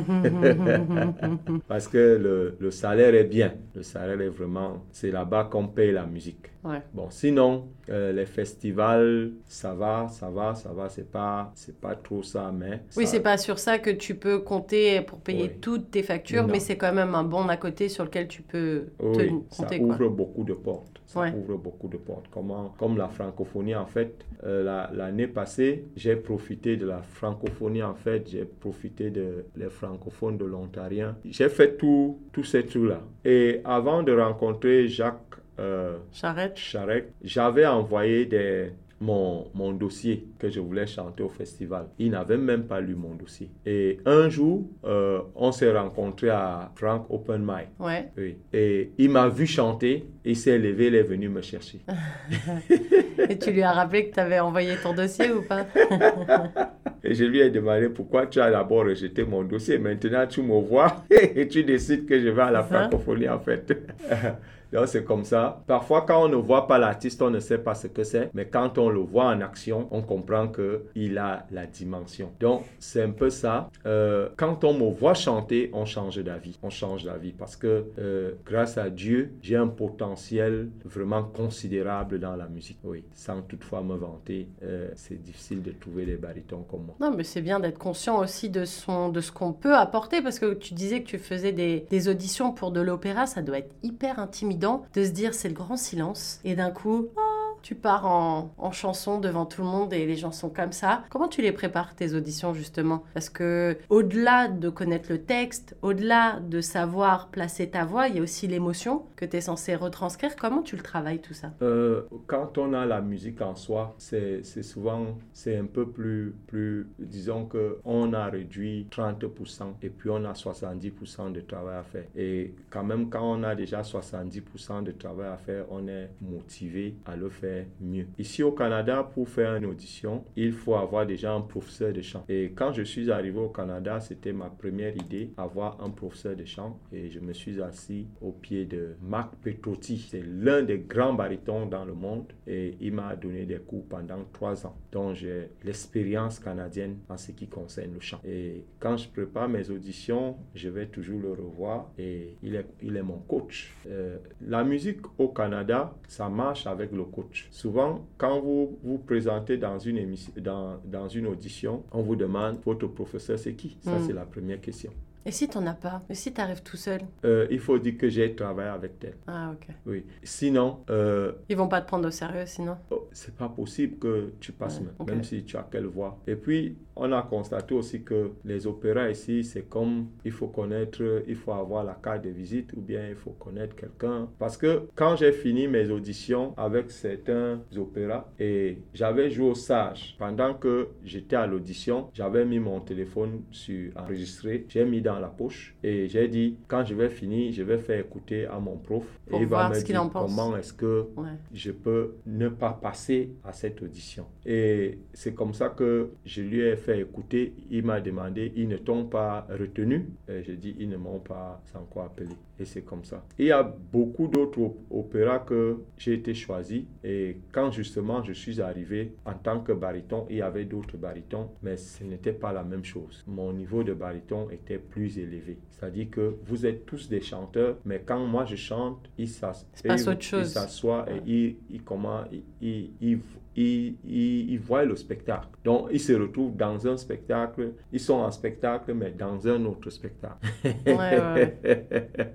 Parce que le, le salaire est bien. Le salaire est vraiment... C'est là-bas qu'on paye la musique. Ouais. Bon, sinon, euh, les festivals, ça va, ça va, ça va. C'est pas, c'est pas trop ça, mais... Oui, ça... c'est pas sur ça que tu peux compter pour payer oui. toutes tes factures, Non. mais c'est quand même un bon à côté sur lequel tu peux te oui, compter. Ça ouvre Quoi. beaucoup de portes. Ça ouais. ouvre beaucoup de portes. Comment, comme la francophonie, en fait, euh, la, l'année passée, j'ai profité de la francophonie, en fait, j'ai profité de les francophones de l'Ontarien. J'ai fait tout, tous ces trucs-là. Et avant de rencontrer Jacques euh, Charette. Charette, j'avais envoyé des... Mon, mon dossier que je voulais chanter au festival. Il n'avait même pas lu mon dossier. Et un jour, euh, on s'est rencontrés à Frank Open Mic. Ouais. Oui. Et il m'a vu chanter, il s'est levé, il est venu me chercher. Et tu lui as rappelé que tu avais envoyé ton dossier ou pas? Et je lui ai demandé pourquoi tu as d'abord rejeté mon dossier. Maintenant, tu me vois et tu décides que je vais à la francophonie, en fait. Donc, c'est comme ça. Parfois, quand on ne voit pas l'artiste, on ne sait pas ce que c'est. Mais quand on le voit en action, on comprend qu'il a la dimension. Donc, c'est un peu ça. Euh, quand on me voit chanter, on change d'avis. On change d'avis parce que, euh, grâce à Dieu, j'ai un potentiel vraiment considérable dans la musique. Oui, sans toutefois me vanter, euh, c'est difficile de trouver des barytons comme moi. Non, mais c'est bien d'être conscient aussi de, son, de ce qu'on peut apporter parce que tu disais que tu faisais des, des auditions pour de l'opéra. Ça doit être hyper intimidant de se dire c'est le grand silence et d'un coup oh, tu pars en, en chanson devant tout le monde et les gens sont comme ça. Comment tu les prépares tes auditions justement? Parce que au-delà de connaître le texte, au-delà de savoir placer ta voix, il y a aussi l'émotion que tu es censé retranscrire. Comment tu le travailles tout ça? euh, Quand on a la musique en soi, c'est, c'est souvent c'est un peu plus, plus disons qu'on a réduit trente pour cent et puis on a soixante-dix pour cent de travail à faire. Et quand même quand on a déjà soixante-dix pour cent de travail à faire, on est motivé à le faire est mieux. Ici au Canada, pour faire une audition, il faut avoir déjà un professeur de chant. Et quand je suis arrivé au Canada, c'était ma première idée, avoir un professeur de chant. Et je me suis assis au pied de Marc Petrotti. C'est l'un des grands barytons dans le monde. Et il m'a donné des cours pendant trois ans. Donc j'ai l'expérience canadienne en ce qui concerne le chant. Et quand je prépare mes auditions, je vais toujours le revoir. Et il est, il est mon coach. Euh, la musique au Canada, ça marche avec le coach. Souvent, quand vous vous présentez dans une émission, dans, dans une audition, on vous demande votre professeur c'est qui? Ça, mm. c'est la première question. Et si t'en as pas? Et si t'arrives tout seul? euh, Il faut dire que j'ai travaillé avec tel. Ah, ok. Oui. Sinon... Euh, Ils vont pas te prendre au sérieux, sinon? Oh, c'est pas possible que tu passes, ouais, même, okay. même si tu as quelle voix. Et puis, on a constaté aussi que les opéras ici, c'est comme il faut connaître, il faut avoir la carte de visite ou bien il faut connaître quelqu'un. Parce que quand j'ai fini mes auditions avec certains opéras et j'avais joué au sage, pendant que j'étais à l'audition, j'avais mis mon téléphone sur enregistrer, j'ai mis dans la poche et j'ai dit quand je vais finir je vais faire écouter à mon prof pour et il va me dire comment est-ce que ouais. je peux ne pas passer à cette audition. Et c'est comme ça que je lui ai fait écouter. Il m'a demandé, ils ne t'ont pas retenu? Et j'ai dit, ils ne m'ont pas encore appelé. Et c'est comme ça. Il y a beaucoup d'autres op- opéras que j'ai été choisi. Et quand justement je suis arrivé en tant que baryton, il y avait d'autres barytons, mais ce n'était pas la même chose. Mon niveau de baryton était plus élevé. C'est-à-dire que vous êtes tous des chanteurs, mais quand moi je chante, ils s'assoient et ils, ils, comment, ils, ils, ils, ils, ils, ils voient le spectacle. Donc, ils se retrouvent dans un spectacle. Ils sont en spectacle, mais dans un autre spectacle. Ouais, ouais.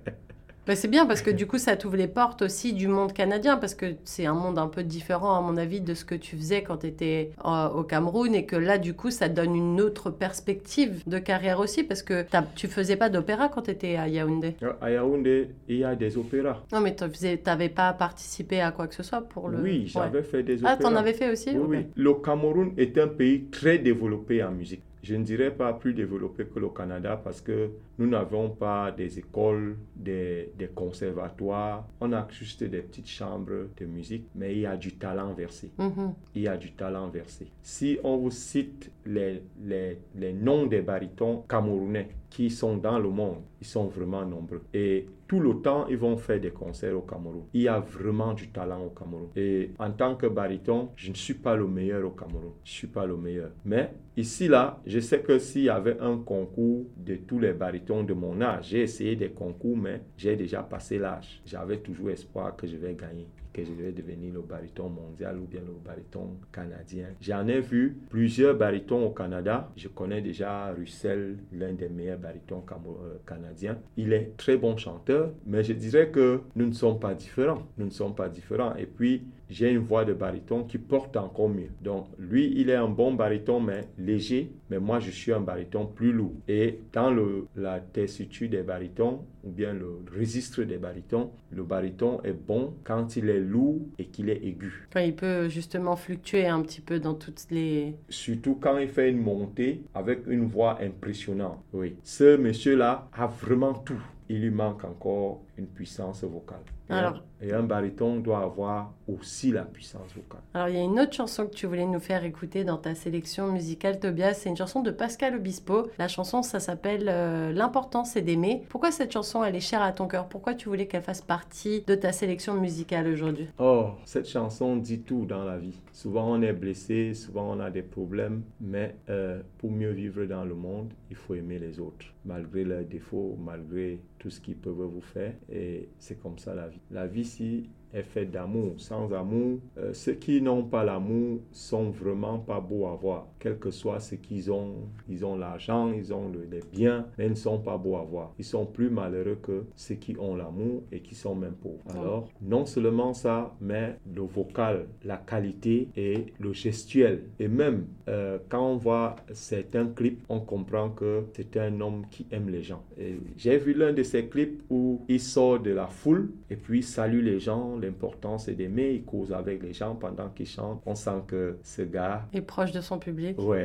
Ben c'est bien parce que du coup, ça t'ouvre les portes aussi du monde canadien parce que c'est un monde un peu différent, à mon avis, de ce que tu faisais quand tu étais euh, au Cameroun et que là, du coup, ça donne une autre perspective de carrière aussi parce que tu faisais pas d'opéra quand tu étais à Yaoundé. À Yaoundé, il y a des opéras. Non, mais tu n'avais pas participé à quoi que ce soit pour le... Oui, j'avais ouais. fait des opéras. Ah, tu en avais fait aussi? Oui, okay. oui. Le Cameroun est un pays très développé en musique. Je ne dirais pas plus développé que le Canada parce que nous n'avons pas des écoles, des, des conservatoires. On a juste des petites chambres de musique, mais il y a du talent versé. Mm-hmm. Il y a du talent versé. Si on vous cite les, les, les noms des barytons camerounais qui sont dans le monde, ils sont vraiment nombreux. Et tout le temps, ils vont faire des concerts au Cameroun. Il y a vraiment du talent au Cameroun. Et en tant que baryton, je ne suis pas le meilleur au Cameroun. Je ne suis pas le meilleur. Mais ici, là, je sais que s'il y avait un concours de tous les barytons de mon âge, j'ai essayé des concours, mais j'ai déjà passé l'âge. J'avais toujours espoir que je vais gagner, que je vais devenir le baryton mondial ou bien le baryton canadien. J'en ai vu plusieurs barytons au Canada. Je connais déjà Russell, l'un des meilleurs barytons canadiens. Il est très bon chanteur, mais je dirais que nous ne sommes pas différents. Nous ne sommes pas différents. Et puis, j'ai une voix de baryton qui porte encore mieux. Donc, lui, il est un bon baryton, mais léger. Mais moi, je suis un baryton plus lourd. Et dans le, la tessiture des barytons, ou bien le registre des barytons, le baryton est bon quand il est lourd et qu'il est aigu. Quand il peut justement fluctuer un petit peu dans toutes les... Surtout quand il fait une montée avec une voix impressionnante. Oui. Ce monsieur-là a vraiment tout. Il lui manque encore une puissance vocale. Et, Alors, un, et un baryton doit avoir aussi la puissance vocale. Alors, il y a une autre chanson que tu voulais nous faire écouter dans ta sélection musicale, Tobias. C'est une chanson de Pascal Obispo. La chanson, ça s'appelle euh, « L'important, c'est d'aimer ». Pourquoi cette chanson, elle est chère à ton cœur? Pourquoi tu voulais qu'elle fasse partie de ta sélection musicale aujourd'hui? Oh, cette chanson dit tout dans la vie. Souvent, on est blessé, souvent, on a des problèmes. Mais euh, pour mieux vivre dans le monde, il faut aimer les autres. Malgré leurs défauts, malgré tout ce qu'ils peuvent vous faire. Et c'est comme ça la vie. La vie, si est faite d'amour. Sans amour, euh, ceux qui n'ont pas l'amour sont vraiment pas beaux à voir. Quel que soit ce qu'ils ont, ils ont l'argent, ils ont le, les biens, mais ils ne sont pas beaux à voir. Ils sont plus malheureux que ceux qui ont l'amour et qui sont même pauvres. Alors, non seulement ça, mais le vocal, la qualité et le gestuel. Et même euh, quand on voit certains clips, on comprend que c'est un homme qui aime les gens. Et j'ai vu l'un de ces clips où il sort de la foule et puis salue les gens. L'important, c'est d'aimer. Il cause avec les gens pendant qu'il chante. On sent que ce gars est proche de son public. Ouais.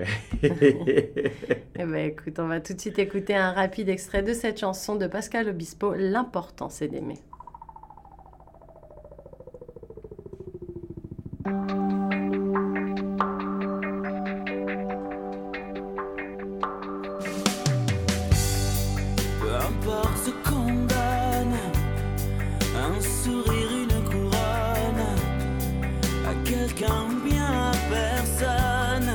Eh bien, écoute, on va tout de suite écouter un rapide extrait de cette chanson de Pascal Obispo. L'important, c'est d'aimer. Peu importe ce qu'on donne, un sourire, une couronne, à quelqu'un ou bien à personne.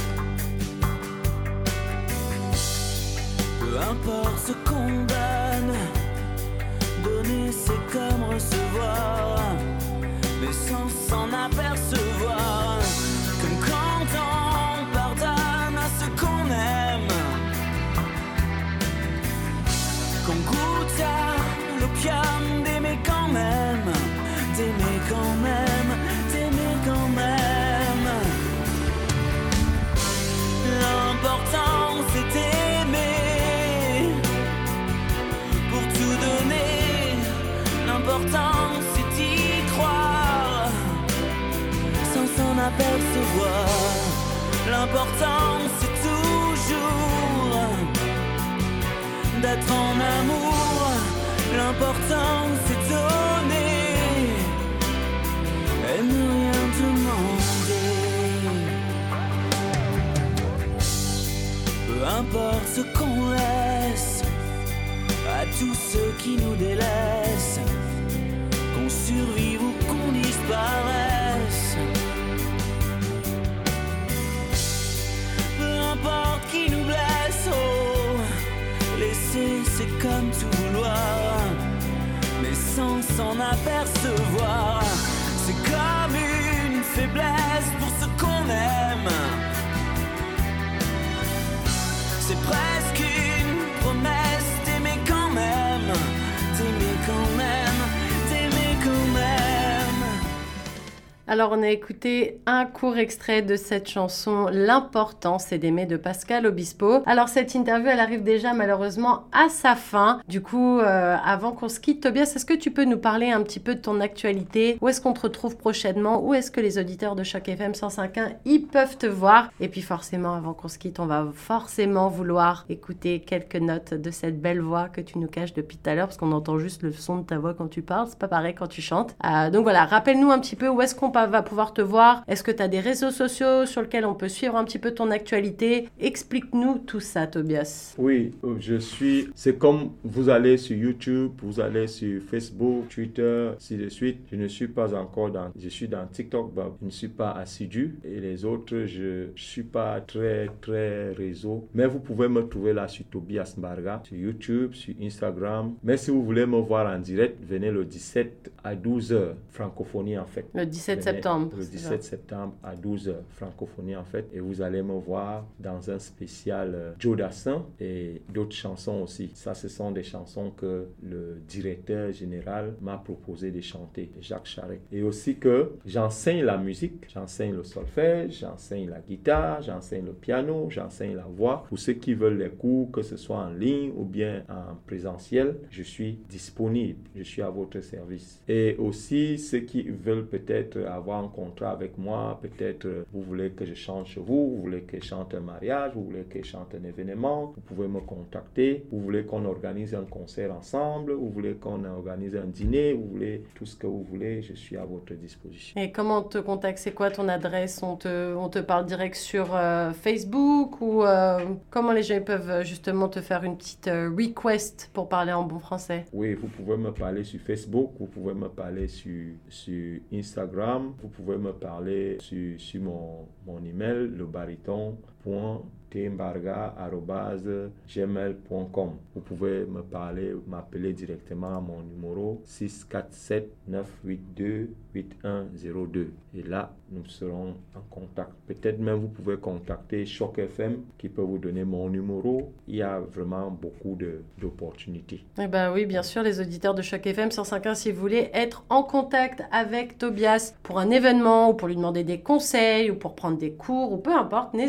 Peu importe ce qu'on donne, donner c'est comme recevoir, mais sans s'en apercevoir. Comme quand on pardonne à ce qu'on aime, qu'on goûte à l'opium d'aimer quand même, d'aimer quand même, d'aimer quand même. L'important c'est aimer, pour tout donner. L'important c'est d'y croire, sans s'en apercevoir. L'important c'est toujours d'être en amour. L'important c'est donner et ne rien demander. Peu importe ce qu'on laisse à tous ceux qui nous délaissent, qu'on survive ou qu'on disparaisse. Peu importe qui nous blesse, oh, laisser c'est comme tout vouloir, mais sans s'en apercevoir. C'est comme une faiblesse pour ce qu'on aime. C'est presque une promesse d'aimer quand même, d'aimer quand même, d'aimer quand même. Alors, on a écouté un court extrait de cette chanson, L'important, c'est d'aimer, de Pascal Obispo. Alors, cette interview, elle arrive déjà malheureusement à sa fin. Du coup, euh, avant qu'on se quitte, Tobias, est-ce que tu peux nous parler un petit peu de ton actualité? Où est-ce qu'on te retrouve prochainement? Où est-ce que les auditeurs de Choc F M cent cinq point un, ils peuvent te voir? Et puis, forcément, avant qu'on se quitte, on va forcément vouloir écouter quelques notes de cette belle voix que tu nous caches depuis tout à l'heure, parce qu'on entend juste le son de ta voix quand tu parles. C'est pas pareil quand tu chantes. Euh, donc voilà, rappelle-nous un petit peu où est-ce qu'on va pouvoir te voir. Est-ce que tu as des réseaux sociaux sur lesquels on peut suivre un petit peu ton actualité? Explique-nous tout ça, Tobias. Oui, je suis... C'est comme vous allez sur YouTube, vous allez sur Facebook, Twitter, ainsi de suite. Je ne suis pas encore dans... Je suis dans TikTok, bah, je ne suis pas assidu. Et les autres, je ne suis pas très, très réseau. Mais vous pouvez me trouver là sur Tobias Mbarga, sur YouTube, sur Instagram. Mais si vous voulez me voir en direct, venez le dix-sept à douze heures, francophonie en fait. Le dix-sept venez septembre. Le dix-sept septembre à douze heures, francophonie en fait. Et vous allez me voir dans un spécial euh, Joe Dassin et d'autres chansons aussi. Ça, ce sont des chansons que le directeur général m'a proposé de chanter, Jacques Charest. Et aussi que j'enseigne la musique, j'enseigne le solfège, j'enseigne la guitare, j'enseigne le piano, j'enseigne la voix. Pour ceux qui veulent les cours, que ce soit en ligne ou bien en présentiel, je suis disponible, je suis à votre service. Et aussi ceux qui veulent peut-être avoir un contrat avec moi, peut-être vous voulez que je chante chez vous, vous voulez que je chante un mariage, vous voulez que je chante un événement, vous pouvez me contacter, vous voulez qu'on organise un concert ensemble, vous voulez qu'on organise un dîner, vous voulez tout ce que vous voulez, je suis à votre disposition. Et comment on te contacte? C'est quoi ton adresse? On te, on te parle direct sur euh, Facebook ou euh, comment les gens peuvent justement te faire une petite euh, request pour parler en bon français? Oui, vous pouvez me parler sur Facebook, vous pouvez me parler sur, sur Instagram, vous pouvez me parler sur, sur mon, mon email, le baryton point tembarga arobase gmail point com. Vous pouvez me parler, m'appeler directement à mon numéro six quatre sept neuf huit deux huit un zéro deux. Et là, nous serons en contact. Peut-être même vous pouvez contacter Choc F M qui peut vous donner mon numéro. Il y a vraiment beaucoup de, d'opportunités. Eh ben oui, bien sûr, les auditeurs de Choc F M cent cinq point un, si vous voulez être en contact avec Tobias pour un événement ou pour lui demander des conseils ou pour prendre des cours ou peu importe, n'hésitez pas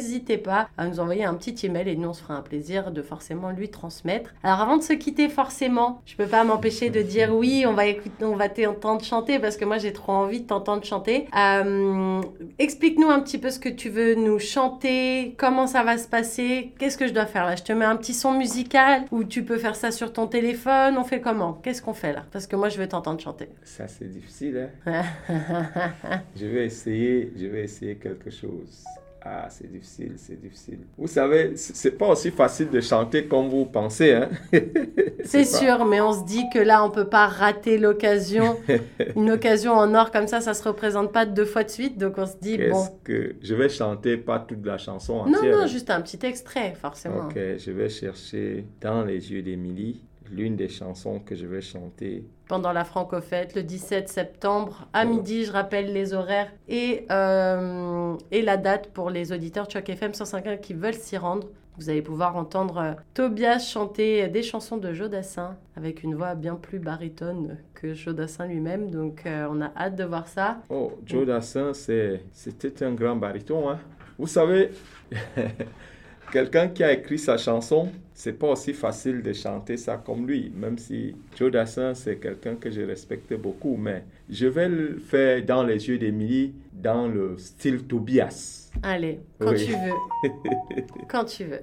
pas à nous envoyer un petit email et nous, on se fera un plaisir de forcément lui transmettre. Alors, avant de se quitter, forcément, je peux pas m'empêcher de dire oui, on va écouter, on va t'entendre chanter parce que moi, j'ai trop envie de t'entendre chanter. Euh, explique-nous un petit peu ce que tu veux nous chanter, comment ça va se passer, qu'est-ce que je dois faire là? Je te mets un petit son musical ou tu peux faire ça sur ton téléphone, on fait comment? Qu'est-ce qu'on fait là? Parce que moi, je veux t'entendre chanter. Ça, c'est difficile, hein? Je vais essayer, je vais essayer quelque chose. Ah, c'est difficile, c'est difficile. Vous savez, c'est pas aussi facile de chanter comme vous pensez, hein? C'est sûr, mais on se dit que là, on peut pas rater l'occasion. Une occasion en or comme ça, ça se représente pas deux fois de suite, donc on se dit, Qu'est-ce bon... que... Je vais chanter pas toute la chanson entière. Non, non, hein? juste un petit extrait, forcément. Ok, je vais chercher Dans les yeux d'Émilie, l'une des chansons que je vais chanter. Pendant la Francofête, le dix-sept septembre, à midi, je rappelle les horaires et, euh, et la date pour les auditeurs de Choc F M cent cinq point un qui veulent s'y rendre. Vous allez pouvoir entendre euh, Tobias chanter des chansons de Joe Dassin avec une voix bien plus baryton que Joe Dassin lui-même. Donc, euh, on a hâte de voir ça. Oh, Joe Dassin, c'est, c'était un grand baryton, hein? Vous savez... Quelqu'un qui a écrit sa chanson, c'est pas aussi facile de chanter ça comme lui, même si Joe Dassin, c'est quelqu'un que je respecte beaucoup, mais je vais le faire Dans les yeux d'Émilie, dans le style Tobias. Allez, quand Oui. tu veux. Quand tu veux.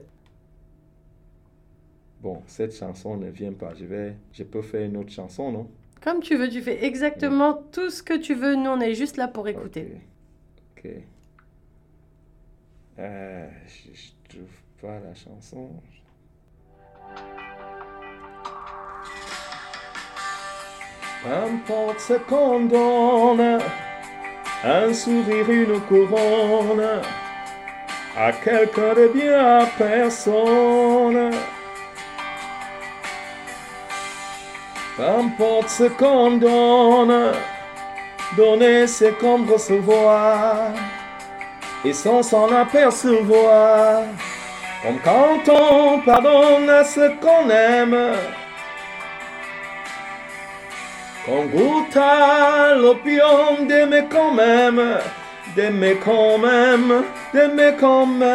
Bon, cette chanson ne vient pas, je vais, je peux faire une autre chanson, non? Comme tu veux, tu fais exactement tout ce que tu veux. Nous, on est juste là pour écouter. Ok. Ok. Euh, je, je trouve pas la chanson. Importe ce qu'on donne, un sourire, une couronne, à quelqu'un de bien, à personne. Importe ce qu'on donne, donner c'est comme recevoir. Et sans s'en apercevoir, comme quand on pardonne à ce qu'on aime, qu'on goûte à l'opium d'aimer quand même, d'aimer quand même, d'aimer quand même.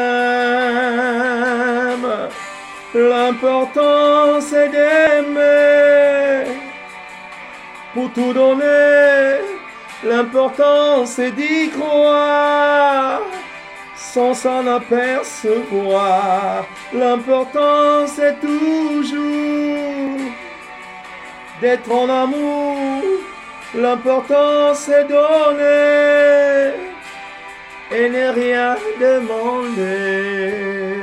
L'important c'est d'aimer, pour tout donner. L'important c'est d'y croire, sans s'en apercevoir. L'important c'est toujours d'être en amour. L'important c'est donner et ne rien demander.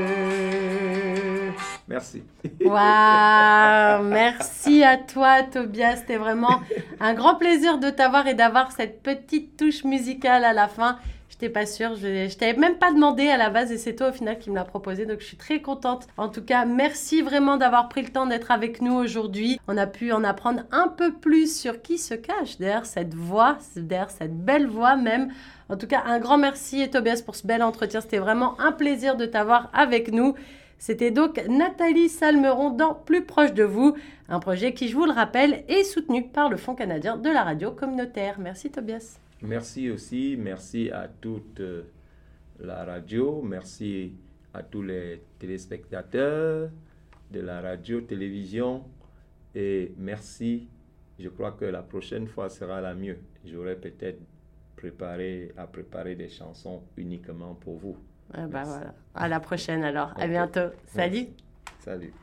Merci. Waouh, merci à toi Tobias, c'était vraiment un grand plaisir de t'avoir et d'avoir cette petite touche musicale à la fin. Je n'étais pas sûre, je, je t'avais même pas demandé à la base et c'est toi au final qui me l'as proposé, donc je suis très contente. En tout cas, merci vraiment d'avoir pris le temps d'être avec nous aujourd'hui. On a pu en apprendre un peu plus sur qui se cache derrière cette voix, derrière cette belle voix même. En tout cas, un grand merci et Tobias pour ce bel entretien, c'était vraiment un plaisir de t'avoir avec nous. C'était donc Nathalie Salmeron dans Plus proche de vous, un projet qui, je vous le rappelle, est soutenu par le Fonds canadien de la radio communautaire. Merci Tobias. Merci aussi, merci à toute la radio, merci à tous les téléspectateurs de la radio-télévision et merci, je crois que la prochaine fois sera la mieux. J'aurai peut-être préparé à préparer des chansons uniquement pour vous. Ah bah voilà. À la prochaine alors. Okay. À bientôt. Salut. Merci. Salut.